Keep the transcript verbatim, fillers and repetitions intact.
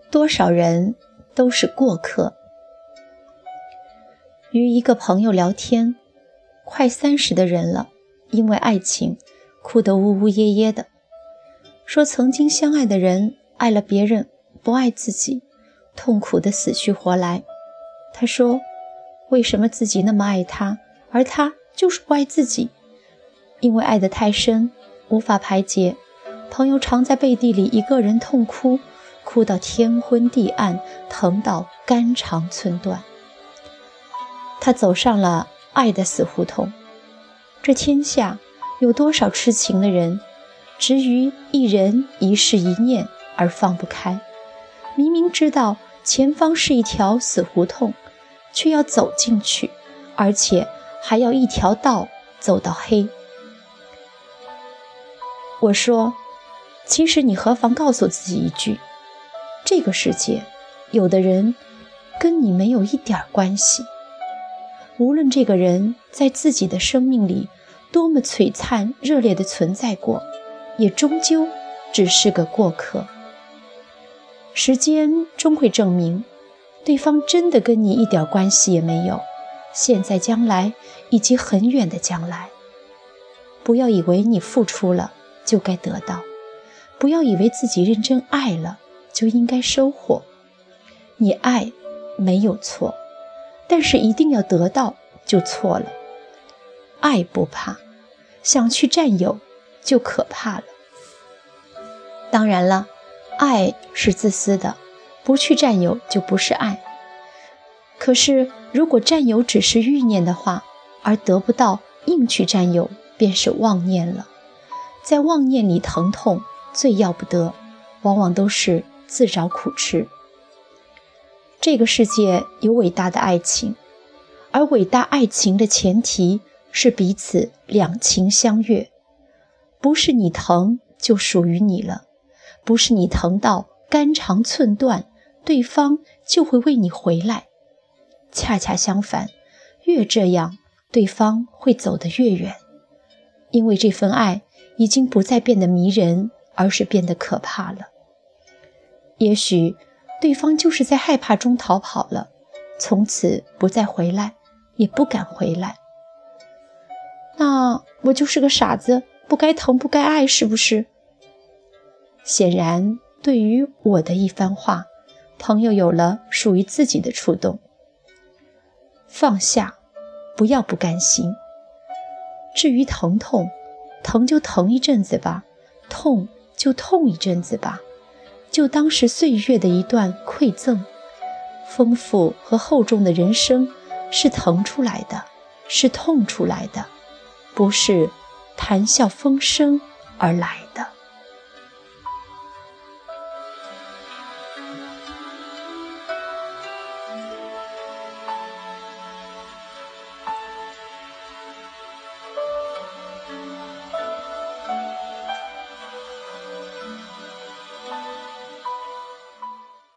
多少人都是过客。与一个朋友聊天，快三十的人了，因为爱情哭得呜呜咽咽的，说曾经相爱的人爱了别人，不爱自己，痛苦的死去活来。他说，为什么自己那么爱他，而他就是不爱自己？因为爱得太深，无法排解，朋友常在背地里一个人痛哭，哭到天昏地暗，疼到肝肠寸断。他走上了爱的死胡同。这天下有多少痴情的人，执于一人一事一念而放不开，明明知道前方是一条死胡同，却要走进去，而且还要一条道走到黑。我说，其实你何妨告诉自己一句，这个世界有的人跟你没有一点关系，无论这个人在自己的生命里多么璀璨热烈地存在过，也终究只是个过客。时间终会证明，对方真的跟你一点关系也没有，现在将来以及很远的将来。不要以为你付出了就该得到，不要以为自己认真爱了就应该收获。你爱没有错，但是一定要得到就错了。爱不怕，想去占有就可怕了。当然了，爱是自私的，不去占有就不是爱。可是如果占有只是欲念的话，而得不到硬去占有便是妄念了。在妄念里疼痛，最要不得，往往都是自找苦吃。这个世界有伟大的爱情，而伟大爱情的前提是彼此两情相悦，不是你疼就属于你了，不是你疼到肝肠寸断，对方就会为你回来。恰恰相反，越这样，对方会走得越远，因为这份爱已经不再变得迷人，而是变得可怕了。也许对方就是在害怕中逃跑了，从此不再回来，也不敢回来。那我就是个傻子，不该疼不该爱，是不是？显然，对于我的一番话，朋友有了属于自己的触动。放下，不要不甘心。至于疼痛，疼就疼一阵子吧，痛就痛一阵子吧，就当是岁月的一段馈赠。丰富和厚重的人生是疼出来的，是痛出来的，不是谈笑风生而来的。